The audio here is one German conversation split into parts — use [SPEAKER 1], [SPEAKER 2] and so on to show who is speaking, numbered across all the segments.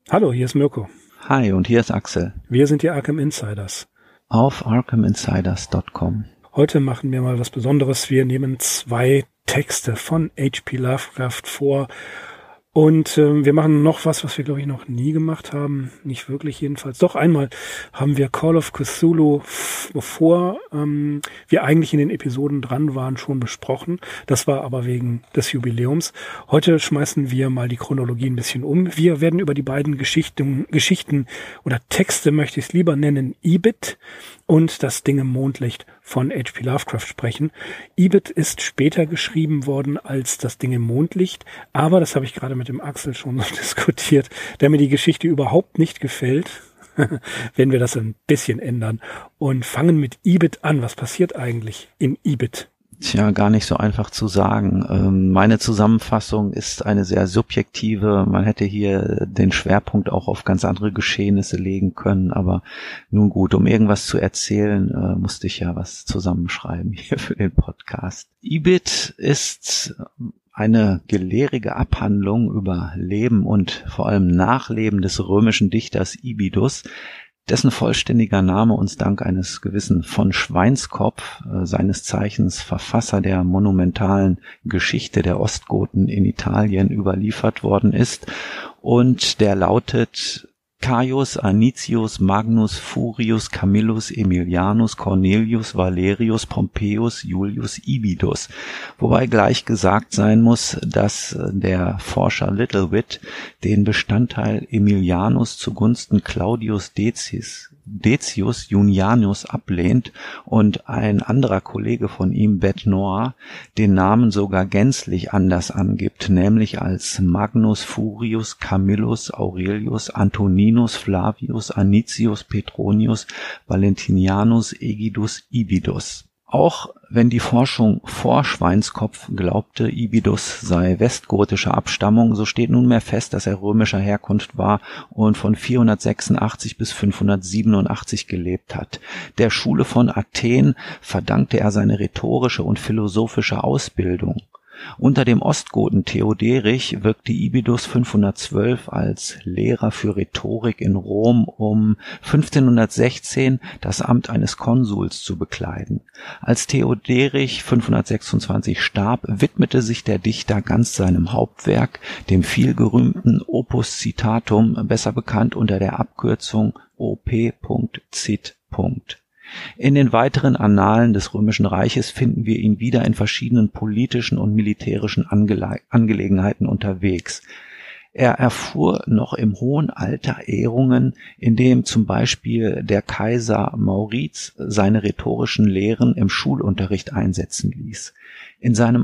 [SPEAKER 1] Hallo, hier ist Mirko.
[SPEAKER 2] Hi, und hier ist Axel.
[SPEAKER 1] Wir sind die Arkham Insiders.
[SPEAKER 2] Auf arkhaminsiders.com.
[SPEAKER 1] Heute machen wir mal was Besonderes. Wir nehmen 2 Texte von H.P. Lovecraft vor. Und wir machen noch was wir, glaube ich, noch nie gemacht haben. Nicht wirklich jedenfalls. Doch einmal haben wir Call of Cthulhu, bevor wir eigentlich in den Episoden dran waren, schon besprochen. Das war aber wegen des Jubiläums. Heute schmeißen wir mal die Chronologie ein bisschen um. Wir werden über die beiden Geschichten oder Texte, möchte ich es lieber nennen, Ibit und das Ding im Mondlicht von H.P. Lovecraft sprechen. Ibit ist später geschrieben worden als das Ding im Mondlicht, aber das habe ich gerade mit dem Axel schon so diskutiert, da mir die Geschichte überhaupt nicht gefällt, werden wir das ein bisschen ändern und fangen mit Ibit an. Was passiert eigentlich in Ibit?
[SPEAKER 2] Tja, gar nicht so einfach zu sagen. Meine Zusammenfassung ist eine sehr subjektive. Man hätte hier den Schwerpunkt auch auf ganz andere Geschehnisse legen können. Aber nun gut, um irgendwas zu erzählen, musste ich ja was zusammenschreiben hier für den Podcast. Ibit ist eine gelehrige Abhandlung über Leben und vor allem Nachleben des römischen Dichters Ibidus, dessen vollständiger Name uns dank eines gewissen von Schweinskopf, seines Zeichens Verfasser der monumentalen Geschichte der Ostgoten in Italien, überliefert worden ist, und der lautet Caius Anicius Magnus Furius Camillus Aemilianus Cornelius Valerius Pompeius Julius Ibidus, wobei gleich gesagt sein muss, dass der Forscher Littlewit den Bestandteil Aemilianus zugunsten Claudius Decius Junianus ablehnt und ein anderer Kollege von ihm, Betnoir, den Namen sogar gänzlich anders angibt, nämlich als Magnus Furius Camillus Aurelius Antoninus Flavius Anicius Petronius Valentinianus Egidus Ibidus. Auch wenn die Forschung vor Schweinskopf glaubte, Ibidus sei westgotischer Abstammung, so steht nunmehr fest, dass er römischer Herkunft war und von 486 bis 587 gelebt hat. Der Schule von Athen verdankte er seine rhetorische und philosophische Ausbildung. Unter dem Ostgoten Theoderich wirkte Ibidus 512 als Lehrer für Rhetorik in Rom, um 1516 das Amt eines Konsuls zu bekleiden. Als Theoderich 526 starb, widmete sich der Dichter ganz seinem Hauptwerk, dem vielgerühmten Opus Citatum, besser bekannt unter der Abkürzung op.cit. In den weiteren Annalen des Römischen Reiches finden wir ihn wieder in verschiedenen politischen und militärischen Angelegenheiten unterwegs. Er erfuhr noch im hohen Alter Ehrungen, indem zum Beispiel der Kaiser Maurits seine rhetorischen Lehren im Schulunterricht einsetzen ließ. In seinem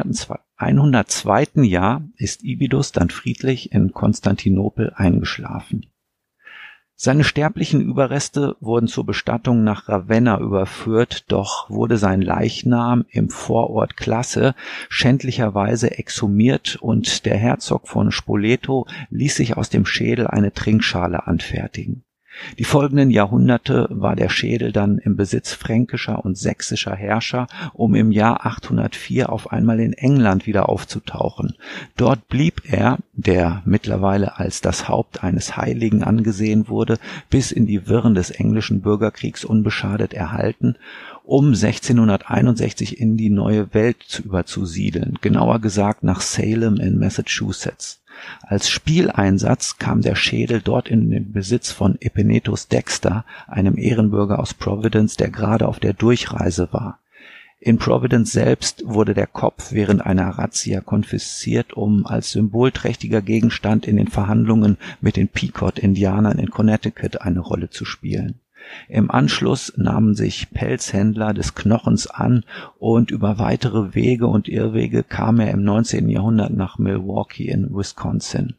[SPEAKER 2] 102. Jahr ist Ibidus dann friedlich in Konstantinopel eingeschlafen. Seine sterblichen Überreste wurden zur Bestattung nach Ravenna überführt, doch wurde sein Leichnam im Vorort Classe schändlicherweise exhumiert und der Herzog von Spoleto ließ sich aus dem Schädel eine Trinkschale anfertigen. Die folgenden Jahrhunderte war der Schädel dann im Besitz fränkischer und sächsischer Herrscher, um im Jahr 804 auf einmal in England wieder aufzutauchen. Dort blieb er, der mittlerweile als das Haupt eines Heiligen angesehen wurde, bis in die Wirren des englischen Bürgerkriegs unbeschadet erhalten, um 1661 in die neue Welt überzusiedeln, genauer gesagt nach Salem in Massachusetts. Als Spieleinsatz kam der Schädel dort in den Besitz von Epenetus Dexter, einem Ehrenbürger aus Providence, der gerade auf der Durchreise war. In Providence selbst wurde der Kopf während einer Razzia konfisziert, um als symbolträchtiger Gegenstand in den Verhandlungen mit den Pequot-Indianern in Connecticut eine Rolle zu spielen. Im Anschluss nahmen sich Pelzhändler des Knochens an und über weitere Wege und Irrwege kam er im 19. Jahrhundert nach Milwaukee in Wisconsin.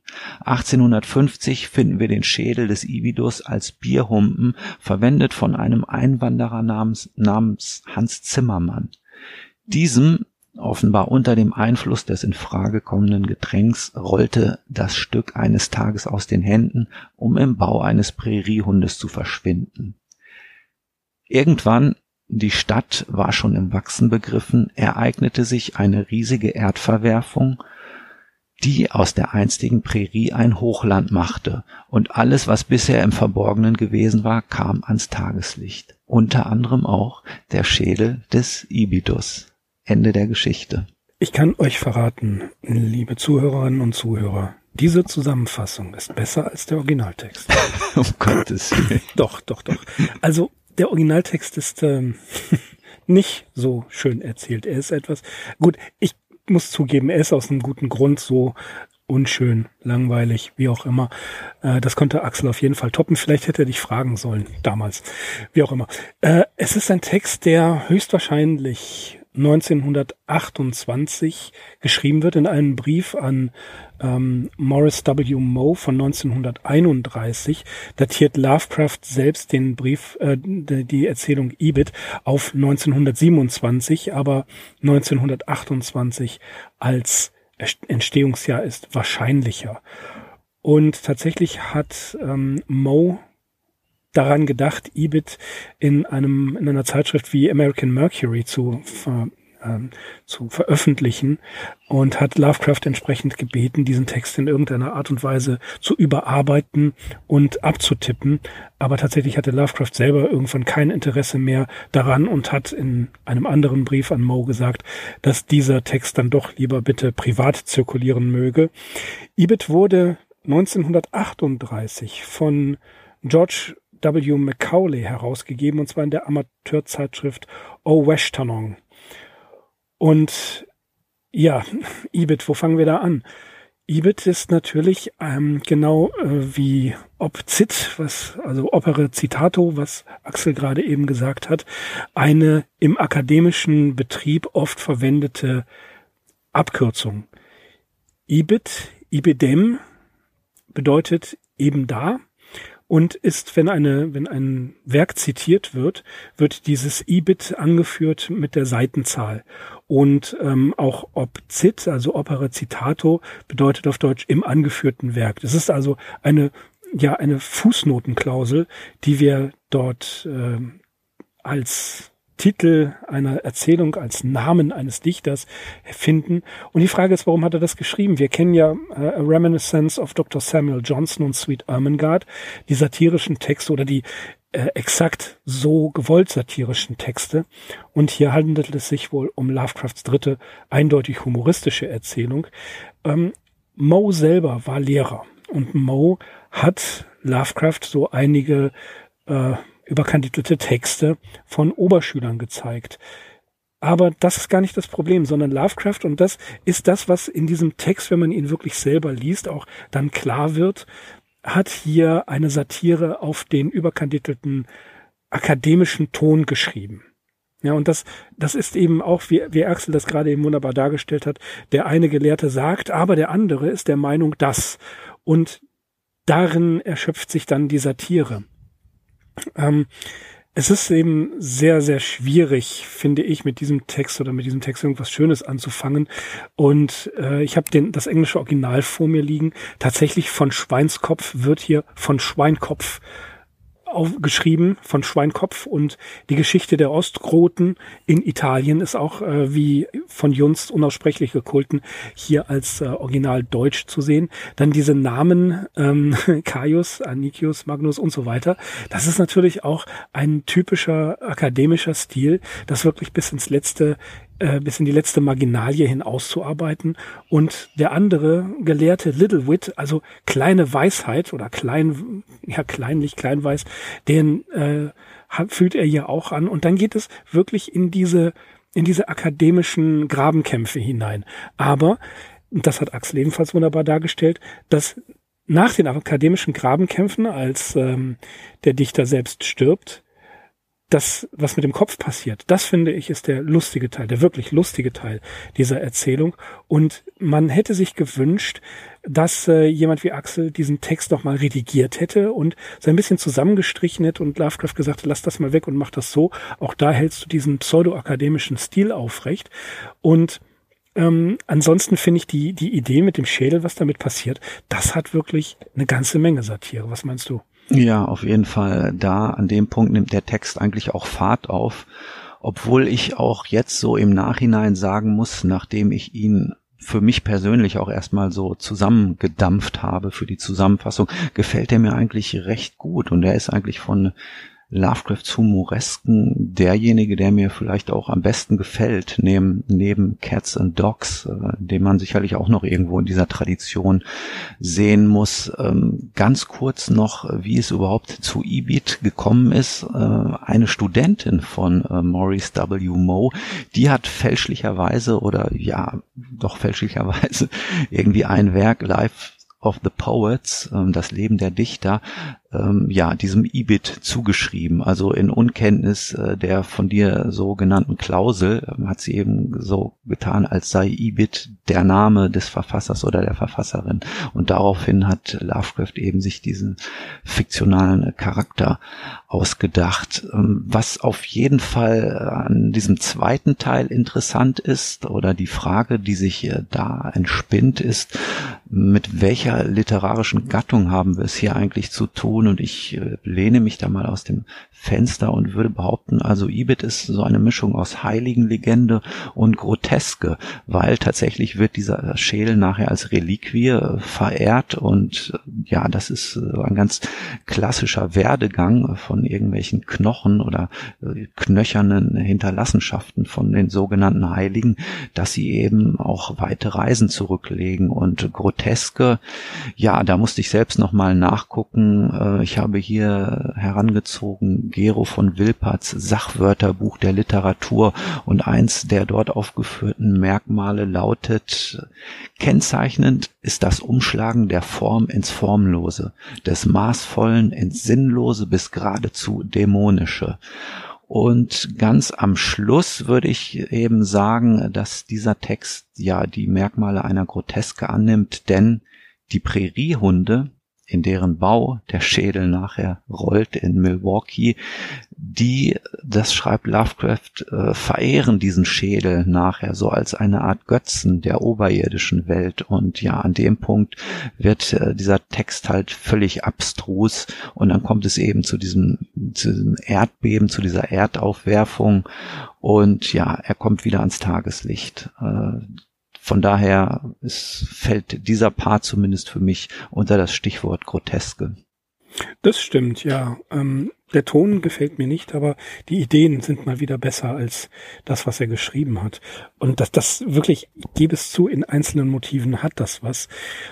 [SPEAKER 2] 1850 finden wir den Schädel des Ibidus als Bierhumpen, verwendet von einem Einwanderer namens Hans Zimmermann. Diesem, offenbar unter dem Einfluss des in Frage kommenden Getränks, rollte das Stück eines Tages aus den Händen, um im Bau eines Präriehundes zu verschwinden. Irgendwann, die Stadt war schon im Wachsen begriffen, ereignete sich eine riesige Erdverwerfung. die aus der einstigen Prärie ein Hochland machte, und alles, was bisher im Verborgenen gewesen war, kam ans Tageslicht. Unter anderem auch der Schädel des Ibidus. Ende der Geschichte.
[SPEAKER 1] Ich kann euch verraten, liebe Zuhörerinnen und Zuhörer, diese Zusammenfassung ist besser als der Originaltext.
[SPEAKER 2] Um Gottes Willen.
[SPEAKER 1] Doch. Also der Originaltext ist nicht so schön erzählt. Er ist etwas, gut, ich muss zugeben, er ist aus einem guten Grund so unschön, langweilig, wie auch immer. Das konnte Axel auf jeden Fall toppen. Vielleicht hätte er dich fragen sollen, damals. Wie auch immer. Es ist ein Text, der höchstwahrscheinlich 1928 geschrieben wird in einem Brief an Morris W. Moe von 1931, datiert Lovecraft selbst den Brief, die Erzählung Ibid auf 1927, aber 1928 als Entstehungsjahr ist wahrscheinlicher. Und tatsächlich hat Moe daran gedacht, Ibid in einer Zeitschrift wie American Mercury zu veröffentlichen und hat Lovecraft entsprechend gebeten, diesen Text in irgendeiner Art und Weise zu überarbeiten und abzutippen. Aber tatsächlich hatte Lovecraft selber irgendwann kein Interesse mehr daran und hat in einem anderen Brief an Moe gesagt, dass dieser Text dann doch lieber bitte privat zirkulieren möge. Ibid wurde 1938 von George W. Macaulay herausgegeben, und zwar in der Amateurzeitschrift O Weshtonong. Und ja, Ibid, wo fangen wir da an? Ibid ist natürlich genau wie Obzit, also Opere Citato, was Axel gerade eben gesagt hat, eine im akademischen Betrieb oft verwendete Abkürzung. Ibid, Ibidem bedeutet eben da. Und ist, wenn ein Werk zitiert wird, wird dieses Ibid angeführt mit der Seitenzahl. Und auch Obzit, also Opere Citato, bedeutet auf Deutsch im angeführten Werk. Das ist also eine Fußnotenklausel, die wir dort als Titel einer Erzählung, als Namen eines Dichters finden. Und die Frage ist, warum hat er das geschrieben? Wir kennen ja A Reminiscence of Dr. Samuel Johnson und Sweet Ermengarde, die satirischen Texte oder die exakt so gewollt satirischen Texte. Und hier handelt es sich wohl um Lovecrafts dritte, eindeutig humoristische Erzählung. Moe selber war Lehrer und Moe hat Lovecraft so einige überkandidelte Texte von Oberschülern gezeigt. Aber das ist gar nicht das Problem, sondern Lovecraft, und das ist das, was in diesem Text, wenn man ihn wirklich selber liest, auch dann klar wird, hat hier eine Satire auf den überkandidelten akademischen Ton geschrieben. Ja, und das ist eben auch, wie Axel das gerade eben wunderbar dargestellt hat, der eine Gelehrte sagt, aber der andere ist der Meinung, das. Und darin erschöpft sich dann die Satire. Es ist eben sehr, sehr schwierig, finde ich, mit diesem Text irgendwas Schönes anzufangen. Und ich habe das englische Original vor mir liegen. Tatsächlich von Schweinskopf wird hier von Schweinkopf geschrieben, von Schweinkopf, und die Geschichte der Ostroten in Italien ist auch wie von Junst unaussprechlich gekulten hier als Original Deutsch zu sehen. Dann diese Namen Caius, Anicius, Magnus und so weiter. Das ist natürlich auch ein typischer akademischer Stil, das wirklich bis in die letzte Marginalie hin auszuarbeiten. Und der andere Gelehrte Little Wit, also kleine Weisheit oder kleinweiß, den fühlt er hier auch an. Und dann geht es wirklich in diese akademischen Grabenkämpfe hinein. Aber, das hat Axel ebenfalls wunderbar dargestellt, dass nach den akademischen Grabenkämpfen, als der Dichter selbst stirbt, das, was mit dem Kopf passiert, das finde ich, ist der lustige Teil, der wirklich lustige Teil dieser Erzählung. Und man hätte sich gewünscht, dass jemand wie Axel diesen Text noch mal redigiert hätte und so ein bisschen zusammengestrichen hätte und Lovecraft gesagt, lass das mal weg und mach das so. Auch da hältst du diesen pseudo-akademischen Stil aufrecht. Und ansonsten finde ich die Idee mit dem Schädel, was damit passiert, das hat wirklich eine ganze Menge Satire. Was meinst du?
[SPEAKER 2] Ja, auf jeden Fall. Da an dem Punkt nimmt der Text eigentlich auch Fahrt auf, obwohl ich auch jetzt so im Nachhinein sagen muss, nachdem ich ihn für mich persönlich auch erstmal so zusammengedampft habe für die Zusammenfassung, gefällt er mir eigentlich recht gut. Und er ist eigentlich von Lovecrafts Humoresken derjenige, der mir vielleicht auch am besten gefällt, neben Cats and Dogs, den man sicherlich auch noch irgendwo in dieser Tradition sehen muss. Ganz kurz noch, wie es überhaupt zu Ibid gekommen ist. Eine Studentin von Maurice W. Moe, die hat fälschlicherweise irgendwie ein Werk, Life of the Poets, das Leben der Dichter, diesem Ibid zugeschrieben. Also in Unkenntnis der von dir so genannten Klausel hat sie eben so getan, als sei Ibid der Name des Verfassers oder der Verfasserin. Und daraufhin hat Lovecraft eben sich diesen fiktionalen Charakter ausgedacht. Was auf jeden Fall an diesem zweiten Teil interessant ist, oder die Frage, die sich da entspinnt, ist, mit welcher literarischen Gattung haben wir es hier eigentlich zu tun? Und ich lehne mich da mal aus dem Fenster und würde behaupten, also Ibid ist so eine Mischung aus Heiligenlegende und Groteske, weil tatsächlich wird dieser Schädel nachher als Reliquie verehrt und ja, das ist ein ganz klassischer Werdegang von irgendwelchen Knochen oder knöchernen Hinterlassenschaften von den sogenannten Heiligen, dass sie eben auch weite Reisen zurücklegen. Und Groteske, ja, da musste ich selbst nochmal nachgucken. Ich habe hier herangezogen Gero von Wilperts Sachwörterbuch der Literatur und eins der dort aufgeführten Merkmale lautet: Kennzeichnend ist das Umschlagen der Form ins Formlose, des Maßvollen ins Sinnlose bis geradezu Dämonische. Und ganz am Schluss würde ich eben sagen, dass dieser Text ja die Merkmale einer Groteske annimmt, denn die Präriehunde, in deren Bau der Schädel nachher rollt in Milwaukee, das schreibt Lovecraft, verehren diesen Schädel nachher so als eine Art Götzen der oberirdischen Welt. Und ja, an dem Punkt wird dieser Text halt völlig abstrus und dann kommt es eben zu diesem Erdbeben, zu dieser Erdaufwerfung und ja, er kommt wieder ans Tageslicht. Von daher fällt dieser Part zumindest für mich unter das Stichwort Groteske.
[SPEAKER 1] Das stimmt, ja. Der Ton gefällt mir nicht, aber die Ideen sind mal wieder besser als das, was er geschrieben hat. Und das wirklich, ich gebe es zu, in einzelnen Motiven hat das was.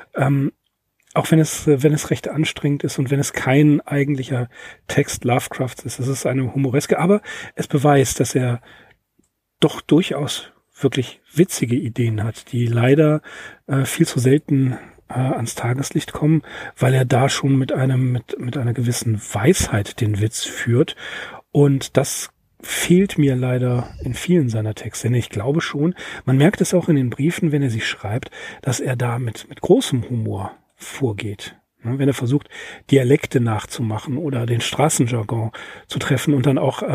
[SPEAKER 1] Auch wenn es recht anstrengend ist und wenn es kein eigentlicher Text Lovecrafts ist. Es ist eine Humoreske, aber es beweist, dass er doch durchaus wirklich witzige Ideen hat, die leider viel zu selten ans Tageslicht kommen, weil er da schon mit einer gewissen Weisheit den Witz führt. Und das fehlt mir leider in vielen seiner Texte. Denn ich glaube schon, man merkt es auch in den Briefen, wenn er sie schreibt, dass er da mit großem Humor vorgeht. Wenn er versucht, Dialekte nachzumachen oder den Straßenjargon zu treffen und dann auch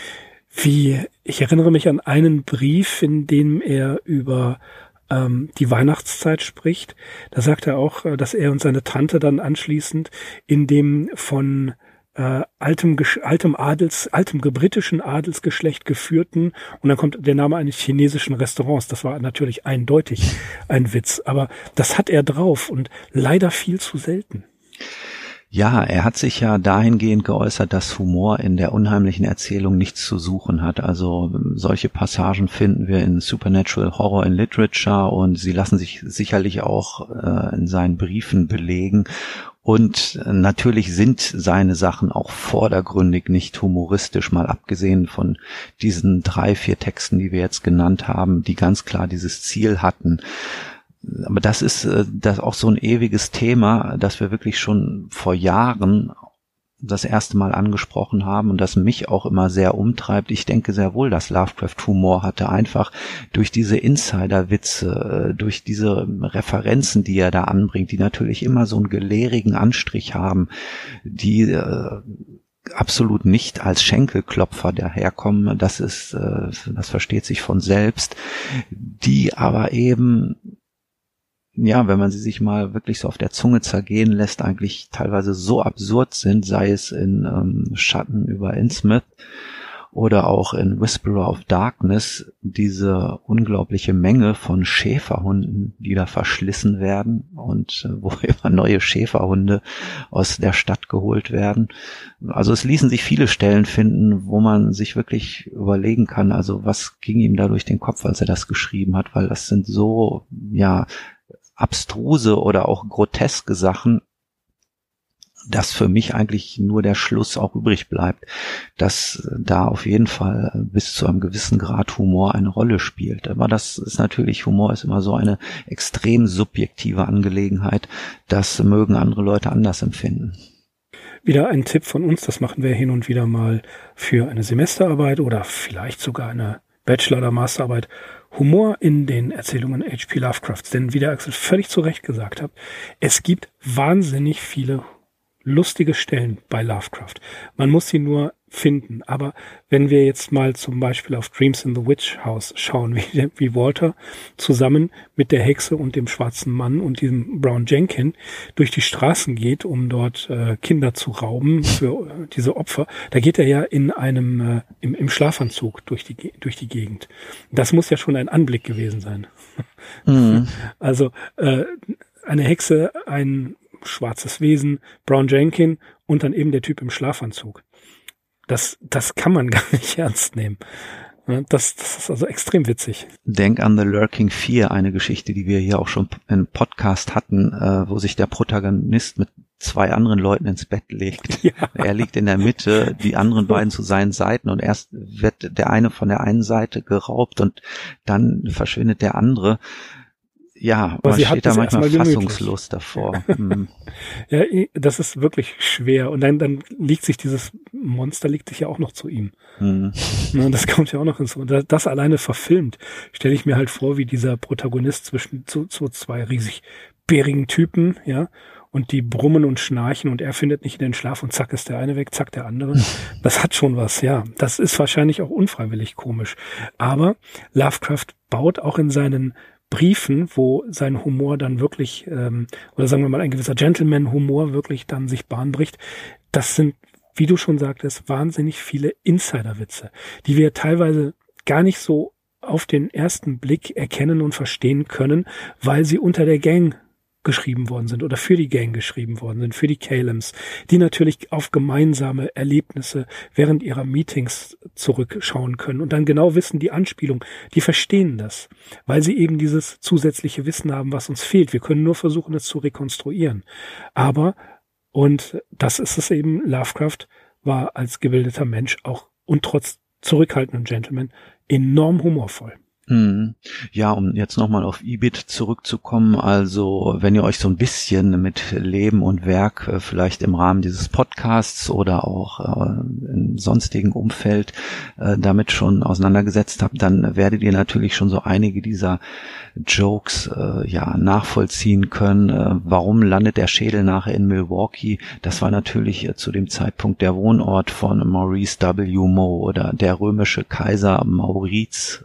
[SPEAKER 1] ich erinnere mich an einen Brief, in dem er über die Weihnachtszeit spricht. Da sagt er auch, dass er und seine Tante dann anschließend in dem von altem britischen Adelsgeschlecht geführten, und dann kommt der Name eines chinesischen Restaurants. Das war natürlich eindeutig ein Witz, aber das hat er drauf und leider viel zu selten.
[SPEAKER 2] Ja, er hat sich ja dahingehend geäußert, dass Humor in der unheimlichen Erzählung nichts zu suchen hat. Also solche Passagen finden wir in Supernatural Horror in Literature und sie lassen sich sicherlich auch in seinen Briefen belegen. Und natürlich sind seine Sachen auch vordergründig nicht humoristisch, mal abgesehen von diesen 3-4 Texten, die wir jetzt genannt haben, die ganz klar dieses Ziel hatten. Aber das ist auch so ein ewiges Thema, das wir wirklich schon vor Jahren das erste Mal angesprochen haben und das mich auch immer sehr umtreibt. Ich denke sehr wohl, dass Lovecraft Humor hatte, einfach durch diese Insider-Witze, durch diese Referenzen, die er da anbringt, die natürlich immer so einen gelehrigen Anstrich haben, die absolut nicht als Schenkelklopfer daherkommen. Das versteht sich von selbst, die aber eben, ja, wenn man sie sich mal wirklich so auf der Zunge zergehen lässt, eigentlich teilweise so absurd sind, sei es in Schatten über Innsmouth oder auch in Whisperer of Darkness diese unglaubliche Menge von Schäferhunden, die da verschlissen werden und wo immer neue Schäferhunde aus der Stadt geholt werden. Also es ließen sich viele Stellen finden, wo man sich wirklich überlegen kann, also was ging ihm da durch den Kopf, als er das geschrieben hat, weil das sind so, ja, abstruse oder auch groteske Sachen, dass für mich eigentlich nur der Schluss auch übrig bleibt, dass da auf jeden Fall bis zu einem gewissen Grad Humor eine Rolle spielt. Aber das ist natürlich, Humor ist immer so eine extrem subjektive Angelegenheit, das mögen andere Leute anders empfinden.
[SPEAKER 1] Wieder ein Tipp von uns, das machen wir hin und wieder mal für eine Semesterarbeit oder vielleicht sogar eine Bachelor- oder Masterarbeit. Humor in den Erzählungen H.P. Lovecrafts. Denn wie der Axel völlig zu Recht gesagt hat, es gibt wahnsinnig viele lustige Stellen bei Lovecraft. Man muss sie nur finden. Aber wenn wir jetzt mal zum Beispiel auf Dreams in the Witch House schauen, wie Walter zusammen mit der Hexe und dem schwarzen Mann und diesem Brown Jenkin durch die Straßen geht, um dort Kinder zu rauben für diese Opfer, da geht er ja in einem im Schlafanzug durch die Gegend. Das muss ja schon ein Anblick gewesen sein. Mhm. Also eine Hexe, ein schwarzes Wesen, Brown Jenkin und dann eben der Typ im Schlafanzug. Das kann man gar nicht ernst nehmen. Das ist also extrem witzig.
[SPEAKER 2] Denk an The Lurking Fear, eine Geschichte, die wir hier auch schon im Podcast hatten, wo sich der Protagonist mit 2 anderen Leuten ins Bett legt. Ja. Er liegt in der Mitte, die anderen beiden zu seinen Seiten und erst wird der eine von der einen Seite geraubt und dann verschwindet der andere. Ja, man steht da manchmal fassungslos davor.
[SPEAKER 1] Ja, das ist wirklich schwer. Und dann liegt sich dieses Monster sich ja auch noch zu ihm. Das kommt ja auch noch hinzu. Das alleine verfilmt, stelle ich mir halt vor, wie dieser Protagonist zwischen zu 2 riesig bärigen Typen, ja, und die brummen und schnarchen und er findet nicht in den Schlaf und zack ist der eine weg, zack der andere. Das hat schon was, ja. Das ist wahrscheinlich auch unfreiwillig komisch. Aber Lovecraft baut auch in seinen Briefen, wo sein Humor dann wirklich, oder sagen wir mal ein gewisser Gentleman-Humor wirklich dann sich Bahn bricht, das sind, wie du schon sagtest, wahnsinnig viele Insider-Witze, die wir teilweise gar nicht so auf den ersten Blick erkennen und verstehen können, weil sie unter der Gang geschrieben worden sind oder für die Gang geschrieben worden sind, für die Calems, die natürlich auf gemeinsame Erlebnisse während ihrer Meetings zurückschauen können und dann genau wissen, die Anspielung, die verstehen das, weil sie eben dieses zusätzliche Wissen haben, was uns fehlt. Wir können nur versuchen, es zu rekonstruieren. Aber, und das ist es eben, Lovecraft war als gebildeter Mensch auch und trotz zurückhaltenden Gentleman enorm humorvoll.
[SPEAKER 2] Ja, um jetzt nochmal auf Ibid zurückzukommen, also wenn ihr euch so ein bisschen mit Leben und Werk vielleicht im Rahmen dieses Podcasts oder auch im sonstigen Umfeld damit schon auseinandergesetzt habt, dann werdet ihr natürlich schon so einige dieser Jokes nachvollziehen können. Warum landet der Schädel nachher in Milwaukee? Das war natürlich zu dem Zeitpunkt der Wohnort von Maurice W. Moe oder der römische Kaiser Maurice.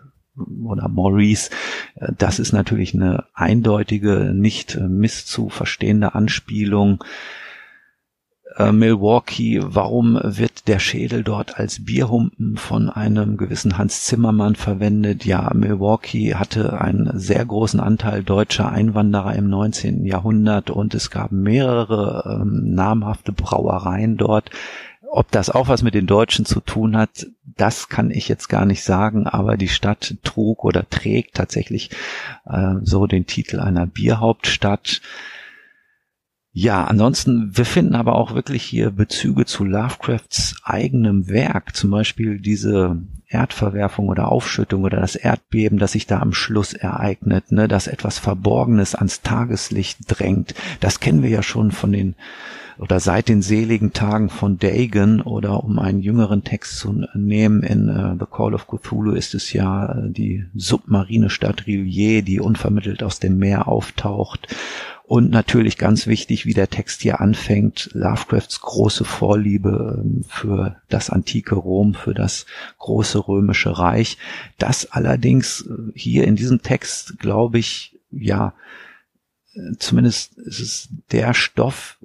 [SPEAKER 2] Das ist natürlich eine eindeutige, nicht misszuverstehende Anspielung. Milwaukee, warum wird der Schädel dort als Bierhumpen von einem gewissen Hans Zimmermann verwendet? Ja, Milwaukee hatte einen sehr großen Anteil deutscher Einwanderer im 19. Jahrhundert und es gab mehrere namhafte Brauereien dort. Ob das auch was mit den Deutschen zu tun hat, das kann ich jetzt gar nicht sagen, aber die Stadt trug oder trägt tatsächlich so den Titel einer Bierhauptstadt. Ja, ansonsten, wir finden aber auch wirklich hier Bezüge zu Lovecrafts eigenem Werk, zum Beispiel diese Erdverwerfung oder Aufschüttung oder das Erdbeben, das sich da am Schluss ereignet, ne, dass etwas Verborgenes ans Tageslicht drängt. Das kennen wir ja schon seit den seligen Tagen von Dagon oder um einen jüngeren Text zu nehmen, in The Call of Cthulhu ist es ja die submarine Stadt R'lyeh, die unvermittelt aus dem Meer auftaucht. Und natürlich ganz wichtig, wie der Text hier anfängt, Lovecrafts große Vorliebe für das antike Rom, für das große römische Reich. Das allerdings hier in diesem Text, glaube ich, ja, zumindest ist es der Stoff,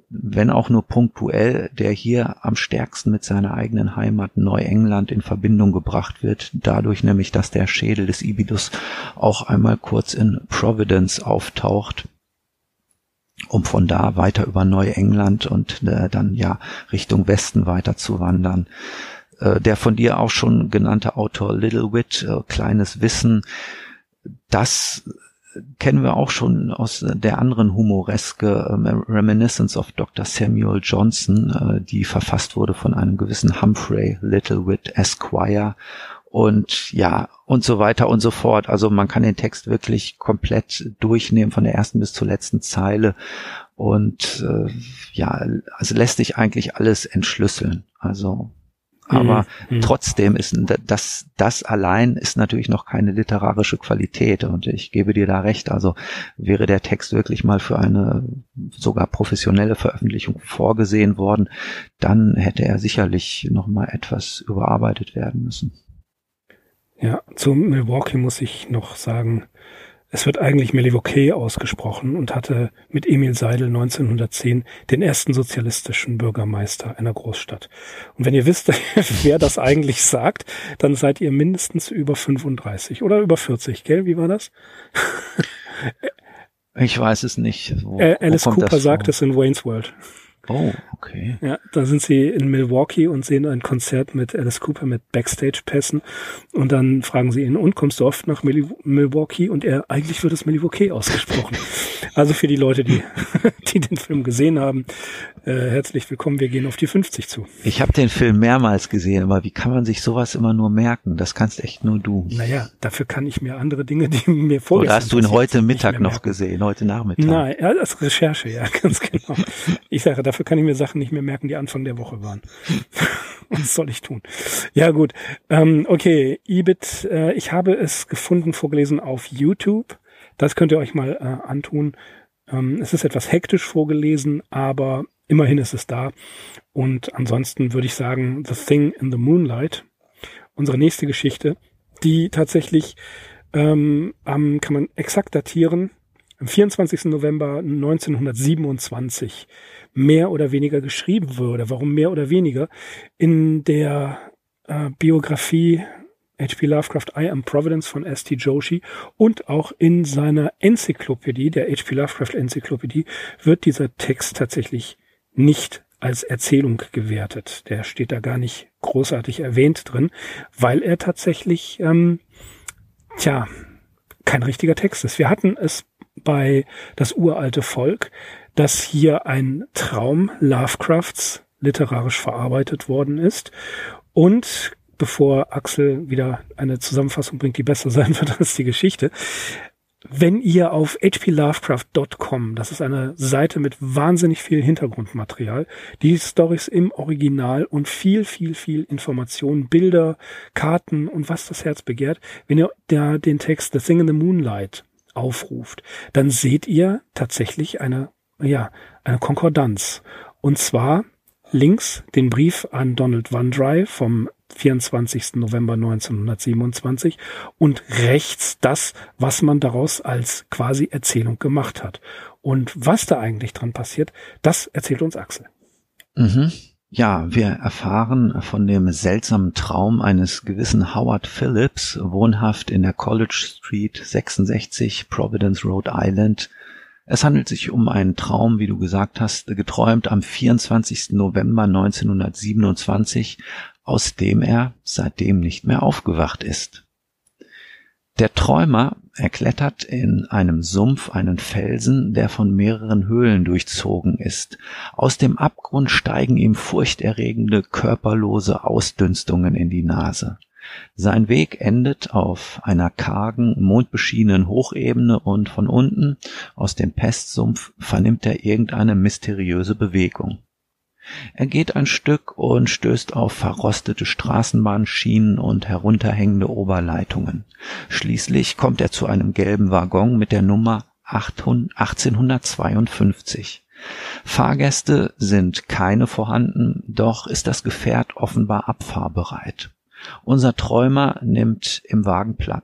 [SPEAKER 2] wenn auch nur punktuell, der hier am stärksten mit seiner eigenen Heimat Neuengland in Verbindung gebracht wird, dadurch nämlich, dass der Schädel des Ibidus auch einmal kurz in Providence auftaucht, um von da weiter über Neuengland und dann ja Richtung Westen weiter zu wandern. Der von dir auch schon genannte Autor Little Wit, Kleines Wissen, das kennen wir auch schon aus der anderen Humoreske Reminiscence of Dr. Samuel Johnson, die verfasst wurde von einem gewissen Humphrey Littlewhite Esquire und ja, und so weiter und so fort. Also man kann den Text wirklich komplett durchnehmen, von der ersten bis zur letzten Zeile und ja, also lässt sich eigentlich alles entschlüsseln. Also aber trotzdem ist das allein ist natürlich noch keine literarische Qualität und ich gebe dir da recht. Also wäre der Text wirklich mal für eine sogar professionelle Veröffentlichung vorgesehen worden, dann hätte er sicherlich noch mal etwas überarbeitet werden müssen.
[SPEAKER 1] Ja, zu Milwaukee muss ich noch sagen, es wird eigentlich Milwaukee ausgesprochen und hatte mit Emil Seidel 1910 den ersten sozialistischen Bürgermeister einer Großstadt. Und wenn ihr wisst, wer das eigentlich sagt, dann seid ihr mindestens über 35 oder über 40, gell? Wie war das?
[SPEAKER 2] Ich weiß es nicht.
[SPEAKER 1] Alice Cooper sagt es in Wayne's World.
[SPEAKER 2] Oh, okay.
[SPEAKER 1] Ja, da sind sie in Milwaukee und sehen ein Konzert mit Alice Cooper mit Backstage-Pässen und dann fragen sie ihn, und kommst du oft nach Milwaukee? Und eigentlich wird es Milwaukee ausgesprochen. Also für die Leute, die den Film gesehen haben, herzlich willkommen, wir gehen auf die 50 zu.
[SPEAKER 2] Ich habe den Film mehrmals gesehen, aber wie kann man sich sowas immer nur merken? Das kannst echt nur du.
[SPEAKER 1] Naja, dafür kann ich mir andere Dinge, die mir vorgestern
[SPEAKER 2] Oder hast du ihn heute Mittag noch gesehen, heute Nachmittag?
[SPEAKER 1] Nein, ja, das ist Recherche, ja, ganz genau. Ich sage, dafür kann ich mir Sachen nicht mehr merken, die Anfang der Woche waren. Was soll ich tun? Ja gut, okay, Ibid, ich habe es gefunden, vorgelesen auf YouTube. Das könnt ihr euch mal antun. Es ist etwas hektisch vorgelesen, aber immerhin ist es da. Und ansonsten würde ich sagen, The Thing in the Moonlight, unsere nächste Geschichte, die tatsächlich kann man exakt datieren, am 24. November 1927 mehr oder weniger geschrieben wurde. Warum mehr oder weniger? In der Biografie H.P. Lovecraft I Am Providence von S.T. Joshi und auch in seiner Enzyklopädie, der H.P. Lovecraft Enzyklopädie, wird dieser Text tatsächlich nicht als Erzählung gewertet. Der steht da gar nicht großartig erwähnt drin, weil er tatsächlich, kein richtiger Text ist. Wir hatten es bei Das uralte Volk, dass hier ein Traum Lovecrafts literarisch verarbeitet worden ist. Und bevor Axel wieder eine Zusammenfassung bringt, die besser sein wird als die Geschichte, wenn ihr auf hplovecraft.com, das ist eine Seite mit wahnsinnig viel Hintergrundmaterial, die Storys im Original und viel Informationen, Bilder, Karten und was das Herz begehrt, wenn ihr da den Text The Thing in the Moonlight aufruft, dann seht ihr tatsächlich eine Konkordanz. Und zwar links den Brief an Donald Wandrei vom 24. November 1927 und rechts das, was man daraus als quasi Erzählung gemacht hat. Und was da eigentlich dran passiert, das erzählt uns Axel.
[SPEAKER 2] Mhm. Ja, wir erfahren von dem seltsamen Traum eines gewissen Howard Phillips, wohnhaft in der College Street 66, Providence, Rhode Island. Es handelt sich um einen Traum, wie du gesagt hast, geträumt am 24. November 1927, aus dem er seitdem nicht mehr aufgewacht ist. Der Träumer erklettert in einem Sumpf einen Felsen, der von mehreren Höhlen durchzogen ist. Aus dem Abgrund steigen ihm furchterregende, körperlose Ausdünstungen in die Nase. Sein Weg endet auf einer kargen, mondbeschienenen Hochebene und von unten, aus dem Pestsumpf, vernimmt er irgendeine mysteriöse Bewegung. Er geht ein Stück und stößt auf verrostete Straßenbahnschienen und herunterhängende Oberleitungen. Schließlich kommt er zu einem gelben Waggon mit der Nummer 1852. Fahrgäste sind keine vorhanden, doch ist das Gefährt offenbar abfahrbereit. Unser Träumer nimmt im Wagen Platz.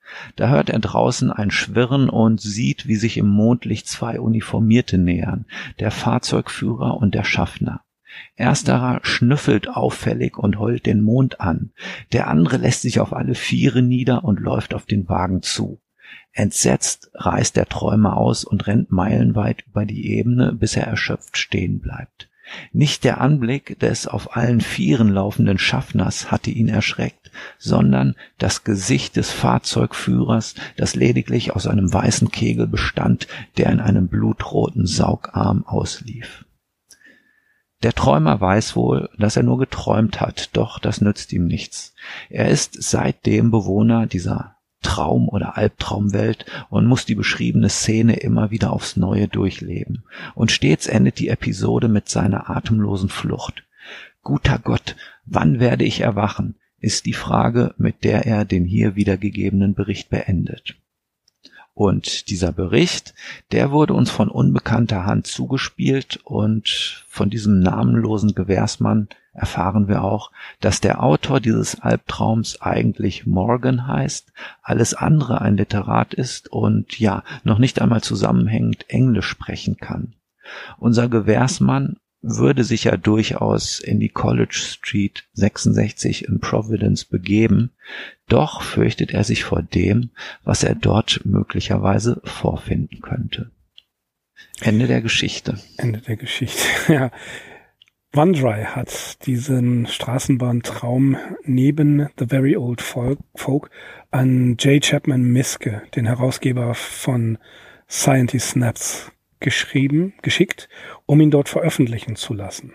[SPEAKER 2] Da hört er draußen ein Schwirren und sieht, wie sich im Mondlicht zwei Uniformierte nähern, der Fahrzeugführer und der Schaffner. Ersterer schnüffelt auffällig und heult den Mond an. Der andere lässt sich auf alle Viere nieder und läuft auf den Wagen zu. Entsetzt reißt der Träumer aus und rennt meilenweit über die Ebene, bis er erschöpft stehen bleibt. Nicht der Anblick des auf allen Vieren laufenden Schaffners hatte ihn erschreckt, sondern das Gesicht des Fahrzeugführers, das lediglich aus einem weißen Kegel bestand, der in einem blutroten Saugarm auslief. Der Träumer weiß wohl, dass er nur geträumt hat, doch das nützt ihm nichts. Er ist seitdem Bewohner dieser Traum- oder Albtraumwelt und muss die beschriebene Szene immer wieder aufs Neue durchleben. Und stets endet die Episode mit seiner atemlosen Flucht. Guter Gott, wann werde ich erwachen, ist die Frage, mit der er den hier wiedergegebenen Bericht beendet. Und dieser Bericht, der wurde uns von unbekannter Hand zugespielt und von diesem namenlosen Gewährsmann erfahren wir auch, dass der Autor dieses Albtraums eigentlich Morgan heißt, alles andere ein Literat ist und ja, noch nicht einmal zusammenhängend Englisch sprechen kann. Unser Gewährsmann würde sich ja durchaus in die College Street 66 in Providence begeben, doch fürchtet er sich vor dem, was er dort möglicherweise vorfinden könnte. Ende der Geschichte.
[SPEAKER 1] Ende der Geschichte, ja. Wandrei hat diesen Straßenbahntraum neben The Very Old Folk an J. Chapman Miske, den Herausgeber von Science Snaps, geschickt, um ihn dort veröffentlichen zu lassen.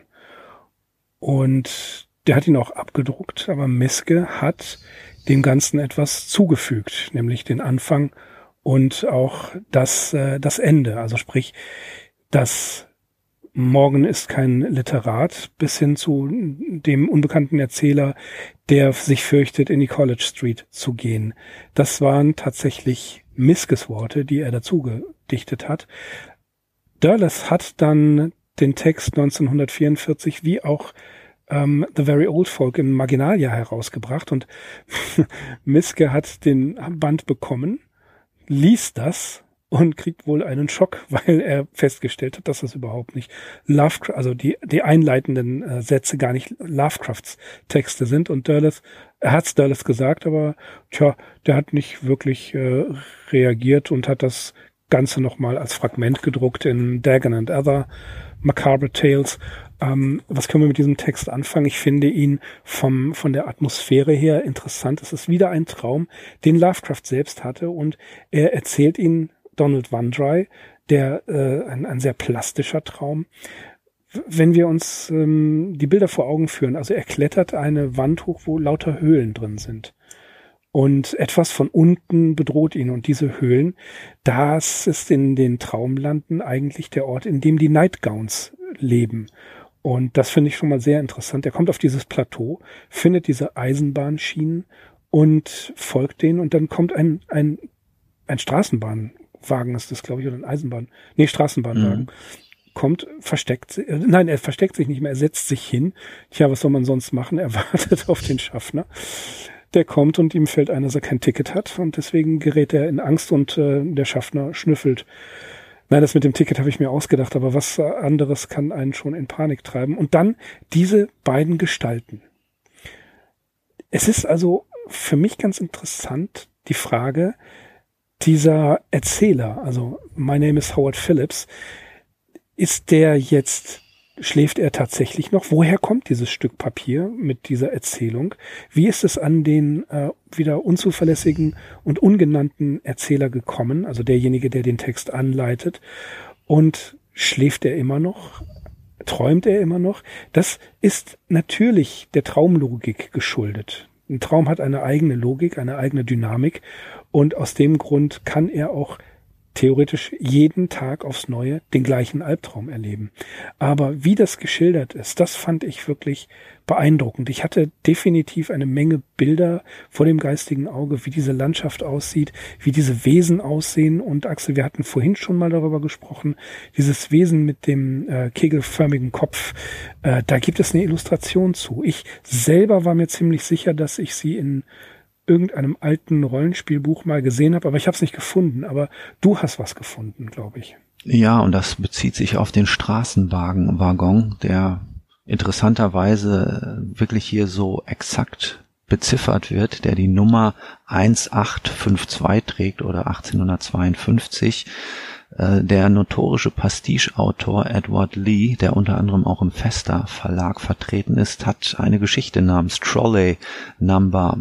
[SPEAKER 1] Und der hat ihn auch abgedruckt, aber Miske hat dem Ganzen etwas zugefügt, nämlich den Anfang und auch das Ende. Also sprich, das Morgan ist kein Literat, bis hin zu dem unbekannten Erzähler, der sich fürchtet, in die College Street zu gehen. Das waren tatsächlich Miskes Worte, die er dazu gedichtet hat. Dörles hat dann den Text 1944 wie auch The Very Old Folk in Marginalia herausgebracht und Miske hat den Band bekommen, liest das und kriegt wohl einen Schock, weil er festgestellt hat, dass das überhaupt nicht Lovecraft, also die einleitenden Sätze gar nicht Lovecrafts Texte sind. Und Dörles, er hat's Dörles gesagt, aber der hat nicht wirklich reagiert und hat das Ganze nochmal als Fragment gedruckt in Dagon and Other Macabre Tales. Was können wir mit diesem Text anfangen? Ich finde ihn von der Atmosphäre her interessant. Es ist wieder ein Traum, den Lovecraft selbst hatte und er erzählt ihn Donald Wandrei, der ein sehr plastischer Traum. Wenn wir uns die Bilder vor Augen führen, also er klettert eine Wand hoch, wo lauter Höhlen drin sind. Und etwas von unten bedroht ihn. Und diese Höhlen, das ist in den Traumlanden eigentlich der Ort, in dem die Nightgowns leben. Und das finde ich schon mal sehr interessant. Er kommt auf dieses Plateau, findet diese Eisenbahnschienen und folgt denen. Und dann kommt ein Straßenbahnwagen, ist das, glaube ich, oder ein Straßenbahnwagen. Kommt, er versteckt sich nicht mehr, er setzt sich hin. Tja, was soll man sonst machen? Er wartet auf den Schaffner. Der kommt und ihm fällt ein, dass er kein Ticket hat und deswegen gerät er in Angst und der Schaffner schnüffelt. Nein, das mit dem Ticket habe ich mir ausgedacht, aber was anderes kann einen schon in Panik treiben. Und dann diese beiden Gestalten. Es ist also für mich ganz interessant die Frage, dieser Erzähler, also My Name is Howard Phillips, schläft er tatsächlich noch? Woher kommt dieses Stück Papier mit dieser Erzählung? Wie ist es an den wieder unzuverlässigen und ungenannten Erzähler gekommen? Also derjenige, der den Text anleitet. Und schläft er immer noch? Träumt er immer noch? Das ist natürlich der Traumlogik geschuldet. Ein Traum hat eine eigene Logik, eine eigene Dynamik. Und aus dem Grund kann er auch theoretisch jeden Tag aufs Neue den gleichen Albtraum erleben. Aber wie das geschildert ist, das fand ich wirklich beeindruckend. Ich hatte definitiv eine Menge Bilder vor dem geistigen Auge, wie diese Landschaft aussieht, wie diese Wesen aussehen. Und Axel, wir hatten vorhin schon mal darüber gesprochen, dieses Wesen mit dem kegelförmigen Kopf, da gibt es eine Illustration zu. Ich selber war mir ziemlich sicher, dass ich sie in irgendeinem alten Rollenspielbuch mal gesehen habe, aber ich habe es nicht gefunden. Aber du hast was gefunden, glaube ich.
[SPEAKER 2] Ja, und das bezieht sich auf den Straßenwagen, der interessanterweise wirklich hier so exakt beziffert wird, der die Nummer 1852 trägt oder 1852. Der notorische Pastiche-Autor Edward Lee, der unter anderem auch im Festa Verlag vertreten ist, hat eine Geschichte namens Trolley Number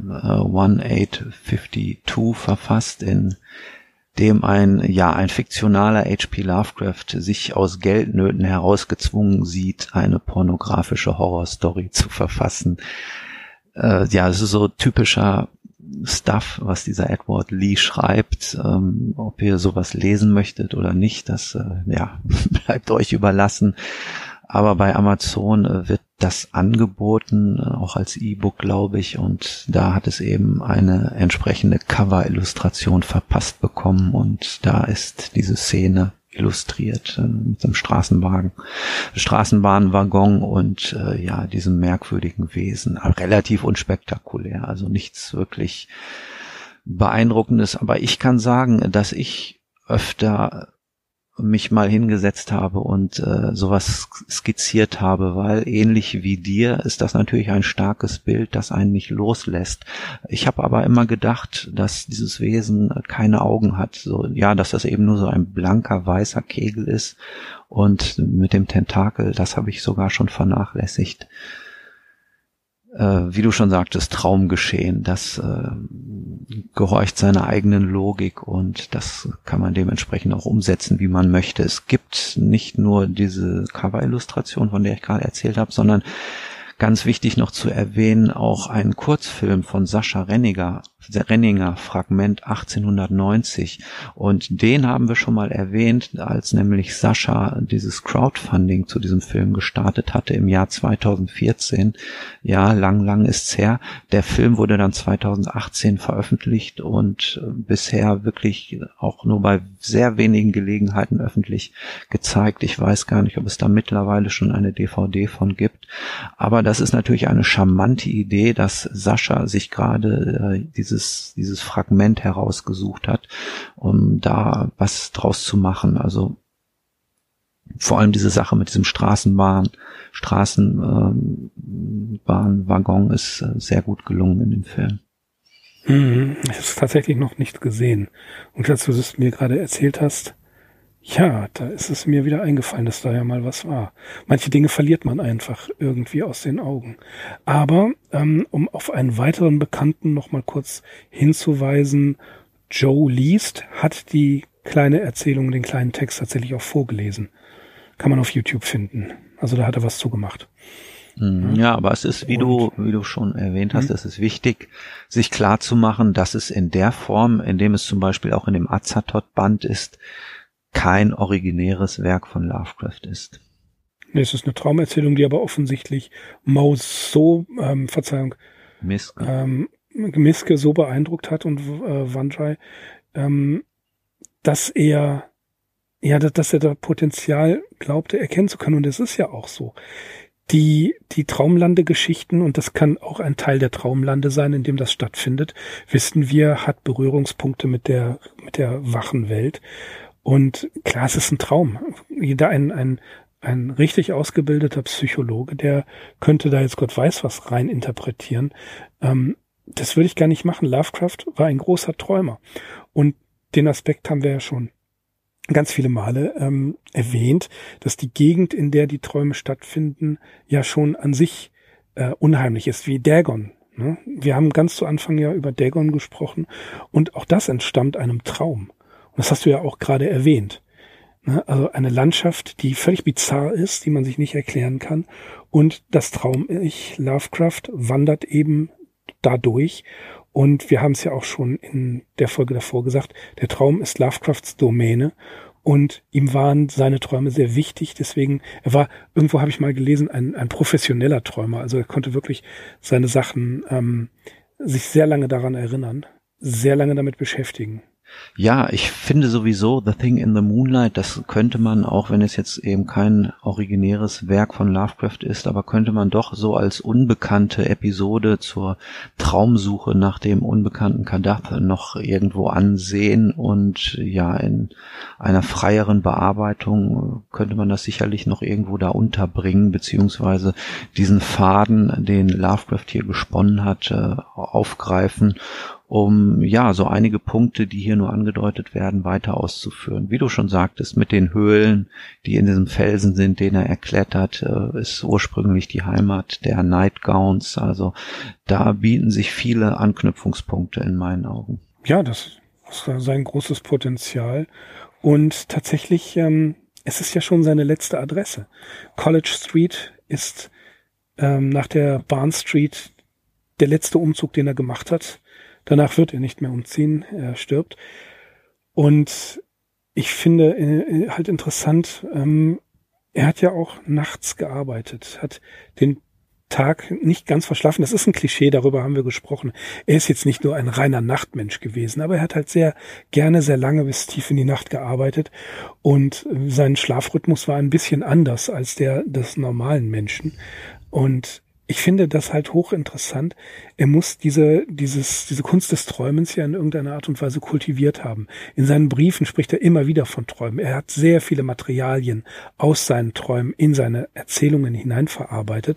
[SPEAKER 2] 1852 verfasst, in dem ein fiktionaler H.P. Lovecraft sich aus Geldnöten herausgezwungen sieht, eine pornografische Horrorstory zu verfassen. Es ist so typischer Stuff, was dieser Edward Lee schreibt. Ob ihr sowas lesen möchtet oder nicht, das bleibt euch überlassen. Aber bei Amazon wird das angeboten, auch als E-Book, glaube ich, und da hat es eben eine entsprechende Cover-Illustration verpasst bekommen und da ist diese Szene illustriert mit dem Straßenbahnwaggon und diesem merkwürdigen Wesen. Aber relativ unspektakulär, also nichts wirklich Beeindruckendes. Aber ich kann sagen, dass ich öfter mich mal hingesetzt habe und sowas skizziert habe, weil ähnlich wie dir ist das natürlich ein starkes Bild, das einen nicht loslässt. Ich habe aber immer gedacht, dass dieses Wesen keine Augen hat, dass das eben nur so ein blanker weißer Kegel ist und mit dem Tentakel, das habe ich sogar schon vernachlässigt. Wie du schon sagtest, Traumgeschehen, das gehorcht seiner eigenen Logik und das kann man dementsprechend auch umsetzen, wie man möchte. Es gibt nicht nur diese Cover-Illustration, von der ich gerade erzählt habe, sondern ganz wichtig noch zu erwähnen, auch einen Kurzfilm von Sascha Renninger, Fragment 1890. Und den haben wir schon mal erwähnt, als nämlich Sascha dieses Crowdfunding zu diesem Film gestartet hatte im Jahr 2014. Ja, lang ist's her. Der Film wurde dann 2018 veröffentlicht und bisher wirklich auch nur bei sehr wenigen Gelegenheiten öffentlich gezeigt. Ich weiß gar nicht, ob es da mittlerweile schon eine DVD von gibt. Aber das ist natürlich eine charmante Idee, dass Sascha sich gerade dieses Fragment herausgesucht hat, um da was draus zu machen. Also vor allem diese Sache mit diesem Straßenbahnwaggon ist sehr gut gelungen in dem Film.
[SPEAKER 1] Ich habe es tatsächlich noch nicht gesehen. Und als du es mir gerade erzählt hast, ja, da ist es mir wieder eingefallen, dass da ja mal was war. Manche Dinge verliert man einfach irgendwie aus den Augen. Aber um auf einen weiteren Bekannten noch mal kurz hinzuweisen, Joe Least hat die kleine Erzählung, den kleinen Text tatsächlich auch vorgelesen. Kann man auf YouTube finden. Also da hat er was zugemacht.
[SPEAKER 2] Ja, aber es ist, wie du schon erwähnt hast, es ist wichtig, sich klar zu machen, dass es in der Form, in dem es zum Beispiel auch in dem Azathoth-Band ist, kein originäres Werk von Lovecraft ist.
[SPEAKER 1] Nee, es ist eine Traumerzählung, die aber offensichtlich Miske so beeindruckt hat und Vajay, dass er da Potenzial glaubte erkennen zu können. Und es ist ja auch so. Die Traumlande-Geschichten, und das kann auch ein Teil der Traumlande sein, in dem das stattfindet, wissen wir, hat Berührungspunkte mit der wachen Welt. Und klar, es ist ein Traum. Jeder ein richtig ausgebildeter Psychologe, der könnte da jetzt Gott weiß was rein interpretieren. Das würde ich gar nicht machen. Lovecraft war ein großer Träumer. Und den Aspekt haben wir ja schon ganz viele Male erwähnt, dass die Gegend, in der die Träume stattfinden, ja schon an sich unheimlich ist, wie Dagon. Ne? Wir haben ganz zu Anfang ja über Dagon gesprochen und auch das entstammt einem Traum. Und das hast du ja auch gerade erwähnt. Ne? Also eine Landschaft, die völlig bizarr ist, die man sich nicht erklären kann. Und das Traum-Ich Lovecraft wandert eben dadurch. Und wir haben es ja auch schon in der Folge davor gesagt, der Traum ist Lovecrafts Domäne. Und ihm waren seine Träume sehr wichtig. Deswegen, er war, irgendwo habe ich mal gelesen, ein professioneller Träumer. Also er konnte wirklich seine Sachen sich sehr lange daran erinnern, sehr lange damit beschäftigen.
[SPEAKER 2] Ja, ich finde sowieso The Thing in the Moonlight, das könnte man, auch wenn es jetzt eben kein originäres Werk von Lovecraft ist, aber könnte man doch so als unbekannte Episode zur Traumsuche nach dem unbekannten Kadath noch irgendwo ansehen, und ja, in einer freieren Bearbeitung könnte man das sicherlich noch irgendwo da unterbringen, beziehungsweise diesen Faden, den Lovecraft hier gesponnen hat, aufgreifen, um ja so einige Punkte, die hier nur angedeutet werden, weiter auszuführen. Wie du schon sagtest, mit den Höhlen, die in diesem Felsen sind, den er erklettert, ist ursprünglich die Heimat der Nightgowns. Also da bieten sich viele Anknüpfungspunkte in meinen Augen.
[SPEAKER 1] Ja, das ist sein großes Potenzial. Und tatsächlich, es ist ja schon seine letzte Adresse. College Street ist nach der Barnes Street der letzte Umzug, den er gemacht hat. Danach wird er nicht mehr umziehen, er stirbt. Und ich finde halt interessant, er hat ja auch nachts gearbeitet, hat den Tag nicht ganz verschlafen. Das ist ein Klischee, darüber haben wir gesprochen. Er ist jetzt nicht nur ein reiner Nachtmensch gewesen, aber er hat halt sehr gerne, sehr lange bis tief in die Nacht gearbeitet. Und sein Schlafrhythmus war ein bisschen anders als der des normalen Menschen. Und ich finde das halt hochinteressant. Er muss diese Kunst des Träumens ja in irgendeiner Art und Weise kultiviert haben. In seinen Briefen spricht er immer wieder von Träumen. Er hat sehr viele Materialien aus seinen Träumen in seine Erzählungen hineinverarbeitet.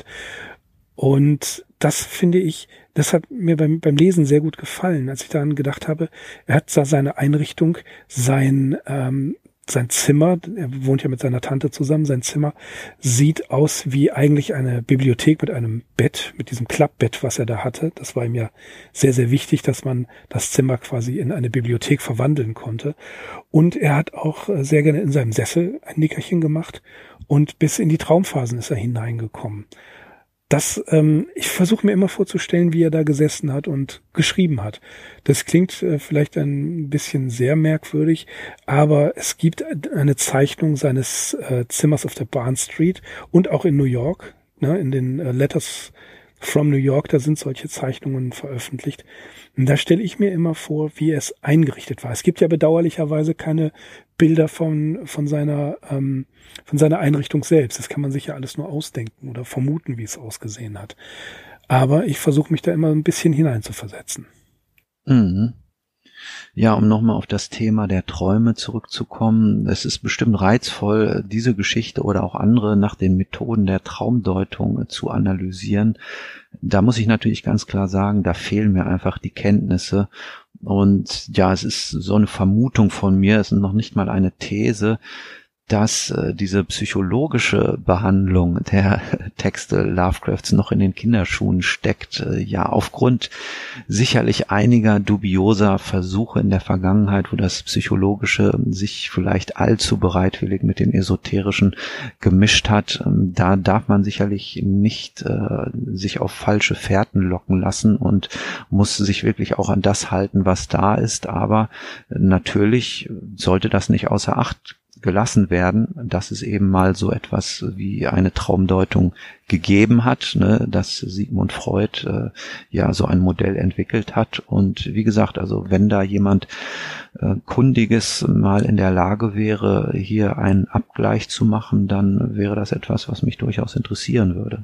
[SPEAKER 1] Und das finde ich, das hat mir beim Lesen sehr gut gefallen, als ich daran gedacht habe, er hat da seine Einrichtung, sein Zimmer, er wohnt ja mit seiner Tante zusammen, sein Zimmer sieht aus wie eigentlich eine Bibliothek mit einem Bett, mit diesem Klappbett, was er da hatte. Das war ihm ja sehr, sehr wichtig, dass man das Zimmer quasi in eine Bibliothek verwandeln konnte. Und er hat auch sehr gerne in seinem Sessel ein Nickerchen gemacht und bis in die Traumphasen ist er hineingekommen. Ich versuche mir immer vorzustellen, wie er da gesessen hat und geschrieben hat. Das klingt vielleicht ein bisschen sehr merkwürdig, aber es gibt eine Zeichnung seines Zimmers auf der Barnes Street und auch in New York, ne, in den Letters from New York, da sind solche Zeichnungen veröffentlicht. Und da stelle ich mir immer vor, wie es eingerichtet war. Es gibt ja bedauerlicherweise keine Bilder von seiner Einrichtung selbst. Das kann man sich ja alles nur ausdenken oder vermuten, wie es ausgesehen hat. Aber ich versuche mich da immer ein bisschen hineinzuversetzen.
[SPEAKER 2] Mhm. Ja, um nochmal auf das Thema der Träume zurückzukommen. Es ist bestimmt reizvoll, diese Geschichte oder auch andere nach den Methoden der Traumdeutung zu analysieren. Da muss ich natürlich ganz klar sagen, da fehlen mir einfach die Kenntnisse. Und ja, es ist so eine Vermutung von mir, es ist noch nicht mal eine These, dass diese psychologische Behandlung der Texte Lovecrafts noch in den Kinderschuhen steckt. Ja, aufgrund sicherlich einiger dubioser Versuche in der Vergangenheit, wo das Psychologische sich vielleicht allzu bereitwillig mit dem Esoterischen gemischt hat. Da darf man sicherlich nicht sich auf falsche Fährten locken lassen und muss sich wirklich auch an das halten, was da ist. Aber natürlich sollte das nicht außer Acht gelassen werden, dass es eben mal so etwas wie eine Traumdeutung gegeben hat, ne, dass Sigmund Freud ja so ein Modell entwickelt hat. Und wie gesagt, also wenn da jemand Kundiges mal in der Lage wäre, hier einen Abgleich zu machen, dann wäre das etwas, was mich durchaus interessieren würde.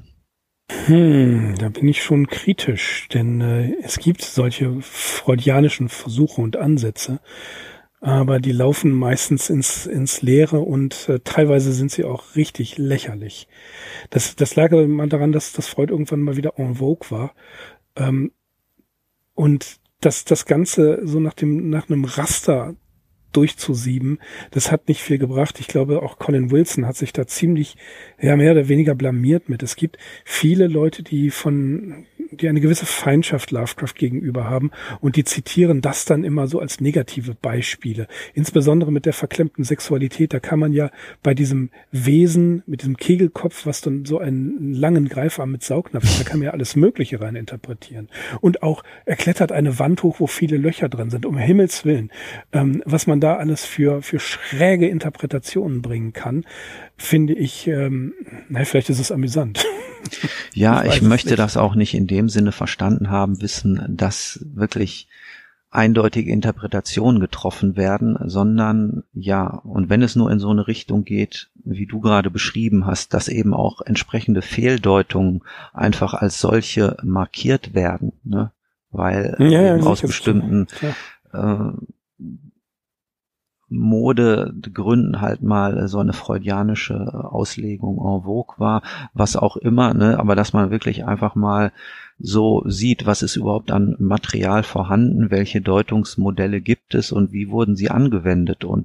[SPEAKER 1] Da bin ich schon kritisch, denn es gibt solche freudianischen Versuche und Ansätze, aber die laufen meistens ins Leere und teilweise sind sie auch richtig lächerlich. Das lag mal daran, dass Freud irgendwann mal wieder en vogue war. Und das Ganze so nach einem Raster durchzusieben, das hat nicht viel gebracht. Ich glaube, auch Colin Wilson hat sich da ziemlich, ja, mehr oder weniger blamiert mit. Es gibt viele Leute, die eine gewisse Feindschaft Lovecraft gegenüber haben und die zitieren das dann immer so als negative Beispiele. Insbesondere mit der verklemmten Sexualität, da kann man ja bei diesem Wesen mit diesem Kegelkopf, was dann so einen langen Greifarm mit Saugnapf hat, da kann man ja alles Mögliche rein interpretieren. Und auch, er klettert eine Wand hoch, wo viele Löcher drin sind, um Himmels Willen. Was man da alles für schräge Interpretationen bringen kann, finde ich, vielleicht ist es amüsant.
[SPEAKER 2] Ja, ich möchte das auch nicht in dem Sinne verstanden haben, wissen, dass wirklich eindeutige Interpretationen getroffen werden, sondern ja, und wenn es nur in so eine Richtung geht, wie du gerade beschrieben hast, dass eben auch entsprechende Fehldeutungen einfach als solche markiert werden, ne? Weil eben aus bestimmten Modegründen halt mal so eine freudianische Auslegung en vogue war, was auch immer, ne, aber dass man wirklich einfach mal so sieht, was ist überhaupt an Material vorhanden, welche Deutungsmodelle gibt es und wie wurden sie angewendet, und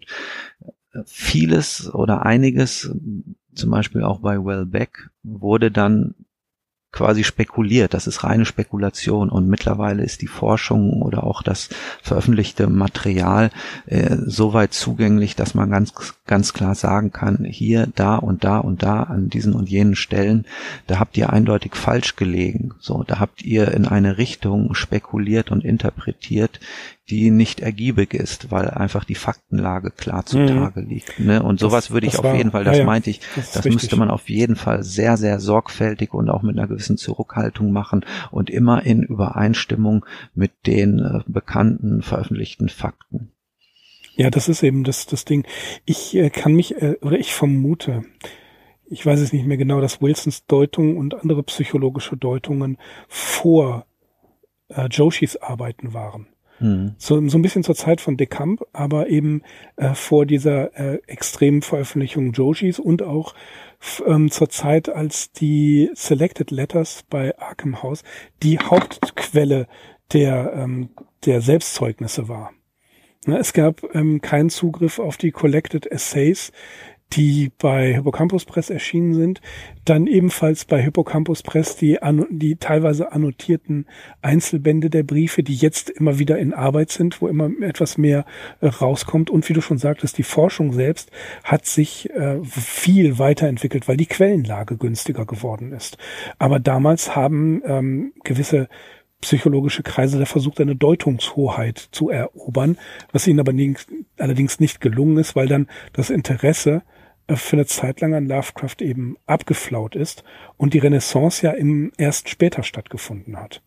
[SPEAKER 2] vieles oder einiges, zum Beispiel auch bei Welbeck, wurde dann quasi spekuliert. Das ist reine Spekulation, und mittlerweile ist die Forschung oder auch das veröffentlichte Material so weit zugänglich, dass man ganz klar sagen kann, hier, da und da und da an diesen und jenen Stellen, da habt ihr eindeutig falsch gelegen. So, da habt ihr in eine Richtung spekuliert und interpretiert, die nicht ergiebig ist, weil einfach die Faktenlage klar zutage liegt. Ne? Und sowas würde ich auf jeden Fall, das meinte ich, das müsste man auf jeden Fall sehr, sehr sorgfältig und auch mit einer gewissen Zurückhaltung machen und immer in Übereinstimmung mit den bekannten, veröffentlichten Fakten.
[SPEAKER 1] Ja, das ist eben das Ding. Ich vermute, ich weiß es nicht mehr genau, dass Wilsons Deutung und andere psychologische Deutungen vor Joshis Arbeiten waren. So ein bisschen zur Zeit von de Camp, aber eben vor dieser extremen Veröffentlichung Joshis und auch zur Zeit, als die Selected Letters bei Arkham House die Hauptquelle der Selbstzeugnisse war. Es gab keinen Zugriff auf die Collected Essays, die bei Hippocampus Press erschienen sind, dann ebenfalls bei Hippocampus Press die teilweise annotierten Einzelbände der Briefe, die jetzt immer wieder in Arbeit sind, wo immer etwas mehr rauskommt. Und wie du schon sagtest, die Forschung selbst hat sich viel weiterentwickelt, weil die Quellenlage günstiger geworden ist. Aber damals haben gewisse psychologische Kreise da versucht, eine Deutungshoheit zu erobern, was ihnen aber allerdings nicht gelungen ist, weil dann das Interesse für eine Zeit lang an Lovecraft eben abgeflaut ist und die Renaissance ja erst später stattgefunden hat.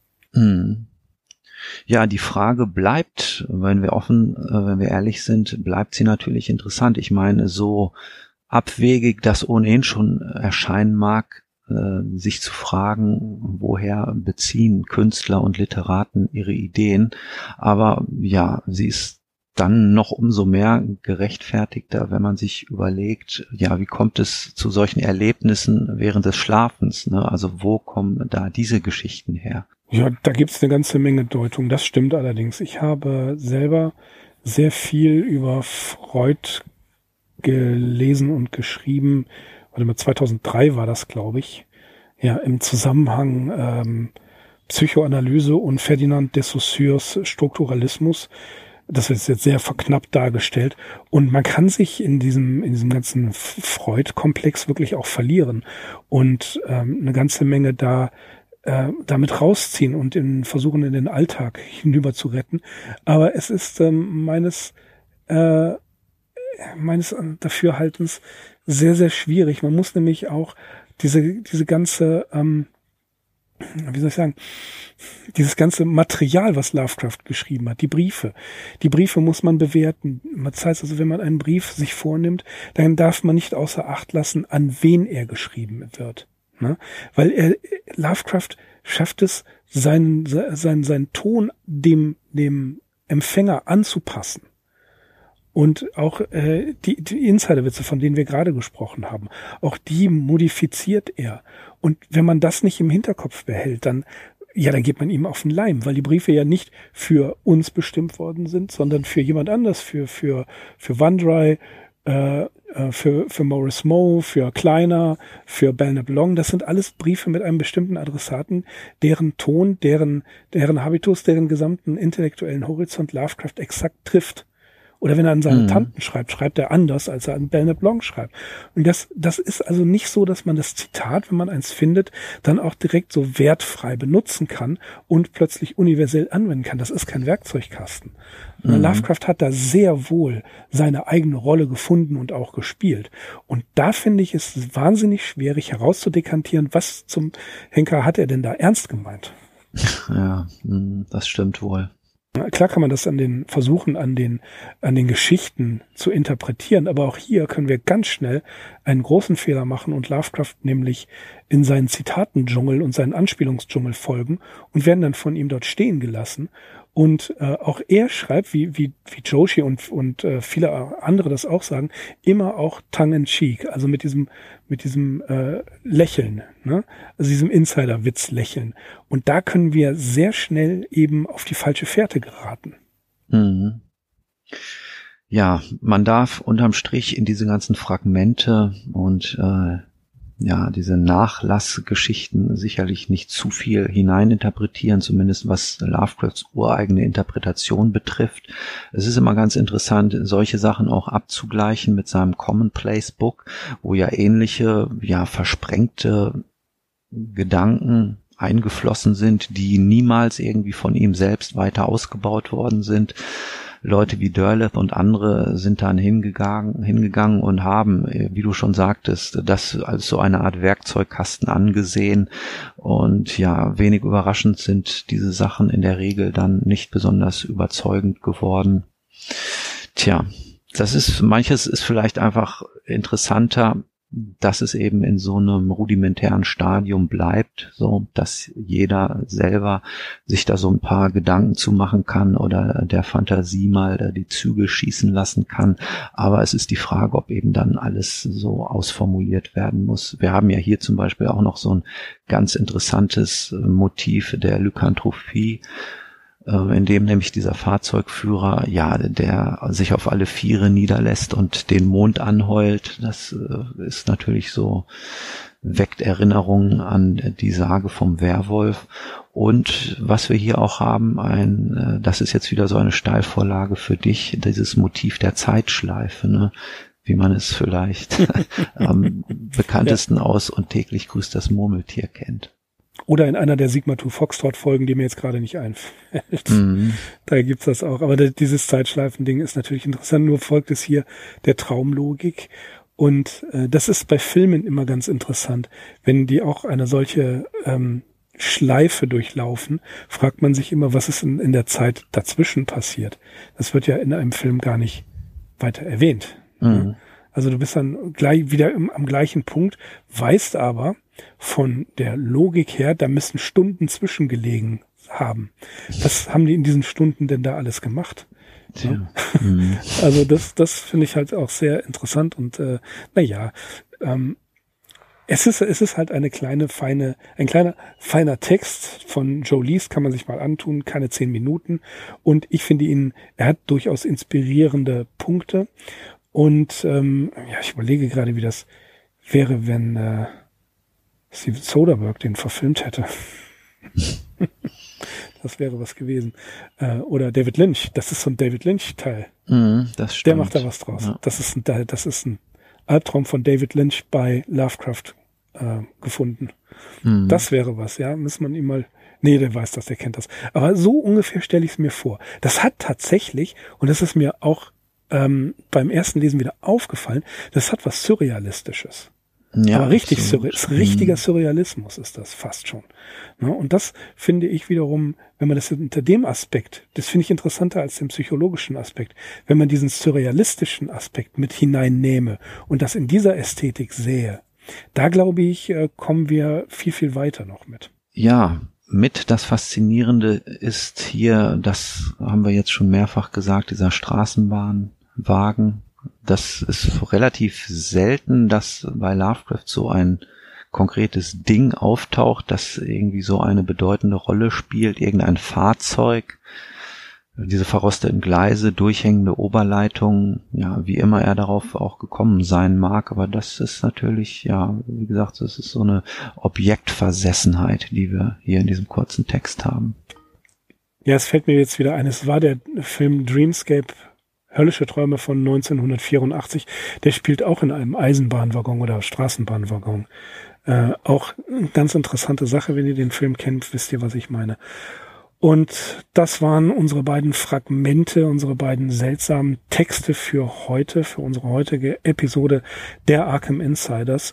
[SPEAKER 2] Ja, die Frage bleibt, wenn wir ehrlich sind, bleibt sie natürlich interessant. Ich meine, so abwegig das ohnehin schon erscheinen mag, sich zu fragen, woher beziehen Künstler und Literaten ihre Ideen. Aber ja, sie ist dann noch umso mehr gerechtfertigter, wenn man sich überlegt, ja, wie kommt es zu solchen Erlebnissen während des Schlafens? Ne? Also wo kommen da diese Geschichten her?
[SPEAKER 1] Ja, da gibt's eine ganze Menge Deutung. Das stimmt allerdings. Ich habe selber sehr viel über Freud gelesen und geschrieben. 2003 war das, glaube ich. Ja, im Zusammenhang Psychoanalyse und Ferdinand de Saussures Strukturalismus. Das ist jetzt sehr verknappt dargestellt. Und man kann sich in diesem ganzen Freud-Komplex wirklich auch verlieren und eine ganze Menge damit rausziehen und versuchen, in den Alltag hinüber zu retten. Aber es ist meines Dafürhaltens sehr, sehr schwierig. Man muss nämlich auch diese ganze, dieses ganze Material, was Lovecraft geschrieben hat, die Briefe muss man bewerten. Das heißt also, wenn man einen Brief sich vornimmt, dann darf man nicht außer Acht lassen, an wen er geschrieben wird. Ne? Weil Lovecraft schafft es, seinen Ton dem Empfänger anzupassen. Und auch die Insiderwitze, von denen wir gerade gesprochen haben, auch die modifiziert er. Und wenn man das nicht im Hinterkopf behält, dann geht man ihm auf den Leim, weil die Briefe ja nicht für uns bestimmt worden sind, sondern für jemand anders, für Wandrei, für Maurice Moe, für Kleiner, für Belknap Long. Das sind alles Briefe mit einem bestimmten Adressaten, deren Ton, deren Habitus, deren gesamten intellektuellen Horizont Lovecraft exakt trifft. Oder wenn er an seine Tanten schreibt er anders, als er an Belknap Long schreibt. Und das ist also nicht so, dass man das Zitat, wenn man eins findet, dann auch direkt so wertfrei benutzen kann und plötzlich universell anwenden kann. Das ist kein Werkzeugkasten. Lovecraft hat da sehr wohl seine eigene Rolle gefunden und auch gespielt. Und da finde ich es wahnsinnig schwierig herauszudekantieren, was zum Henker hat er denn da ernst gemeint.
[SPEAKER 2] Ja, das stimmt wohl.
[SPEAKER 1] Klar kann man das an den Geschichten zu interpretieren, aber auch hier können wir ganz schnell einen großen Fehler machen und Lovecraft nämlich in seinen Zitatendschungel und seinen Anspielungsdschungel folgen und werden dann von ihm dort stehen gelassen. Und auch er schreibt, wie Joshi und viele andere das auch sagen, immer auch tongue-in-cheek, also mit diesem Lächeln, ne? Also diesem Insider-Witz-Lächeln. Und da können wir sehr schnell eben auf die falsche Fährte geraten.
[SPEAKER 2] Mhm. Ja, man darf unterm Strich in diese ganzen Fragmente und diese Nachlassgeschichten sicherlich nicht zu viel hineininterpretieren, zumindest was Lovecrafts ureigene Interpretation betrifft. Es ist immer ganz interessant, solche Sachen auch abzugleichen mit seinem Commonplace Book, wo ja ähnliche, versprengte Gedanken eingeflossen sind, die niemals irgendwie von ihm selbst weiter ausgebaut worden sind. Leute wie Derleth und andere sind dann hingegangen und haben, wie du schon sagtest, das als so eine Art Werkzeugkasten angesehen. Und ja, wenig überraschend sind diese Sachen in der Regel dann nicht besonders überzeugend geworden. Tja, manches ist vielleicht einfach interessanter, dass es eben in so einem rudimentären Stadium bleibt, so dass jeder selber sich da so ein paar Gedanken zu machen kann oder der Fantasie mal die Zügel schießen lassen kann. Aber es ist die Frage, ob eben dann alles so ausformuliert werden muss. Wir haben ja hier zum Beispiel auch noch so ein ganz interessantes Motiv der Lykanthropie, in dem nämlich dieser Fahrzeugführer, der sich auf alle Viere niederlässt und den Mond anheult. Das ist natürlich so, weckt Erinnerungen an die Sage vom Werwolf. Und was wir hier auch haben, das ist jetzt wieder so eine Steilvorlage für dich, dieses Motiv der Zeitschleife, ne? Wie man es vielleicht am bekanntesten aus Und täglich grüßt das Murmeltier kennt.
[SPEAKER 1] Oder in einer der Sigma 2 Foxtrot-Folgen, die mir jetzt gerade nicht einfällt. Mhm. Da gibt's das auch. Aber dieses Zeitschleifen-Ding ist natürlich interessant. Nur folgt es hier der Traumlogik. Und das ist bei Filmen immer ganz interessant. Wenn die auch eine solche Schleife durchlaufen, fragt man sich immer, was ist in der Zeit dazwischen passiert. Das wird ja in einem Film gar nicht weiter erwähnt. Mhm. Also du bist dann gleich wieder am gleichen Punkt, weißt aber von der Logik her, da müssen Stunden zwischengelegen haben. Was haben die in diesen Stunden denn da alles gemacht? Ja. Mhm. Also das finde ich halt auch sehr interessant und es ist halt ein kleiner, feiner Text von Joe Lees, kann man sich mal antun, keine 10 Minuten. Und ich finde er hat durchaus inspirierende Punkte. Und ich überlege gerade, wie das wäre, wenn Steven Soderbergh den verfilmt hätte. Das wäre was gewesen. Oder David Lynch, das ist so ein David Lynch-Teil.
[SPEAKER 2] Das stimmt.
[SPEAKER 1] Der macht da was draus. Ja. Das ist ein Albtraum von David Lynch bei Lovecraft gefunden. Das wäre was, ja. Muss man ihm mal... Nee, der weiß das, der kennt das. Aber so ungefähr stelle ich es mir vor. Das hat tatsächlich, und das ist mir auch beim ersten Lesen wieder aufgefallen, das hat was Surrealistisches. Ja, aber richtig richtiger Surrealismus ist das fast schon. Ne? Und das finde ich wiederum, wenn man das unter dem Aspekt, das finde ich interessanter als den psychologischen Aspekt, wenn man diesen surrealistischen Aspekt mit hineinnehme und das in dieser Ästhetik sehe, da glaube ich, kommen wir viel, viel weiter noch mit.
[SPEAKER 2] Ja, das Faszinierende ist hier, das haben wir jetzt schon mehrfach gesagt, dieser Straßenbahnwagen. Das ist relativ selten, dass bei Lovecraft so ein konkretes Ding auftaucht, das irgendwie so eine bedeutende Rolle spielt, irgendein Fahrzeug, diese verrosteten Gleise, durchhängende Oberleitungen, ja, wie immer er darauf auch gekommen sein mag, aber das ist natürlich, ja, wie gesagt, das ist so eine Objektversessenheit, die wir hier in diesem kurzen Text haben.
[SPEAKER 1] Ja, es fällt mir jetzt wieder ein, es war der Film Dreamscape, Höllische Träume von 1984, der spielt auch in einem Eisenbahnwaggon oder Straßenbahnwaggon. Auch eine ganz interessante Sache, wenn ihr den Film kennt, wisst ihr, was ich meine. Und das waren unsere beiden Fragmente, unsere beiden seltsamen Texte für heute, für unsere heutige Episode der Arkham Insiders.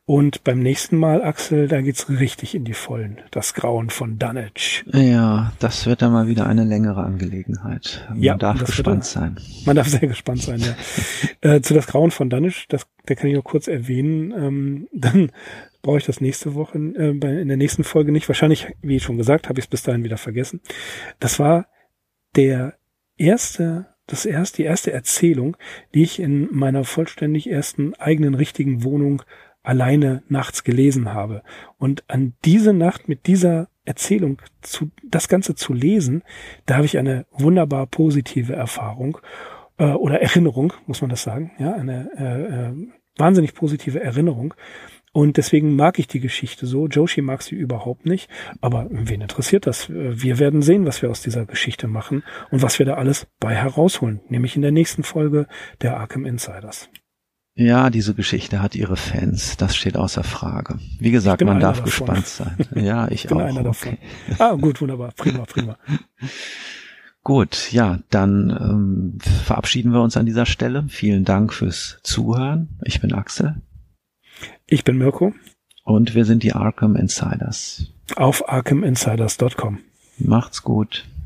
[SPEAKER 1] Und beim nächsten Mal, Axel, da geht's richtig in die Vollen. Das Grauen von Dunwich.
[SPEAKER 2] Ja, das wird dann mal wieder eine längere Angelegenheit. Man darf gespannt sein.
[SPEAKER 1] Man darf sehr gespannt sein, ja. Zu das Grauen von Dunwich, der kann ich nur kurz erwähnen. Dann brauche ich das nächste Woche, in der nächsten Folge nicht. Wahrscheinlich, wie schon gesagt, habe ich es bis dahin wieder vergessen. Das war die erste Erzählung, die ich in meiner vollständig ersten eigenen richtigen Wohnung alleine nachts gelesen habe. Und an diese Nacht mit dieser Erzählung das Ganze zu lesen, da habe ich eine wunderbar positive Erfahrung oder Erinnerung, muss man das sagen, ja, eine wahnsinnig positive Erinnerung. Und deswegen mag ich die Geschichte so. Joshi mag sie überhaupt nicht. Aber wen interessiert das? Wir werden sehen, was wir aus dieser Geschichte machen und was wir da alles bei herausholen. Nämlich in der nächsten Folge der Arkham Insiders.
[SPEAKER 2] Ja, diese Geschichte hat ihre Fans. Das steht außer Frage. Wie gesagt, man darf gespannt sein. Ja, ich bin auch. Einer davon.
[SPEAKER 1] Gut, wunderbar. Prima.
[SPEAKER 2] Gut, ja, dann verabschieden wir uns an dieser Stelle. Vielen Dank fürs Zuhören. Ich bin Axel.
[SPEAKER 1] Ich bin Mirko.
[SPEAKER 2] Und wir sind die Arkham Insiders.
[SPEAKER 1] Auf arkhaminsiders.com.
[SPEAKER 2] Macht's gut.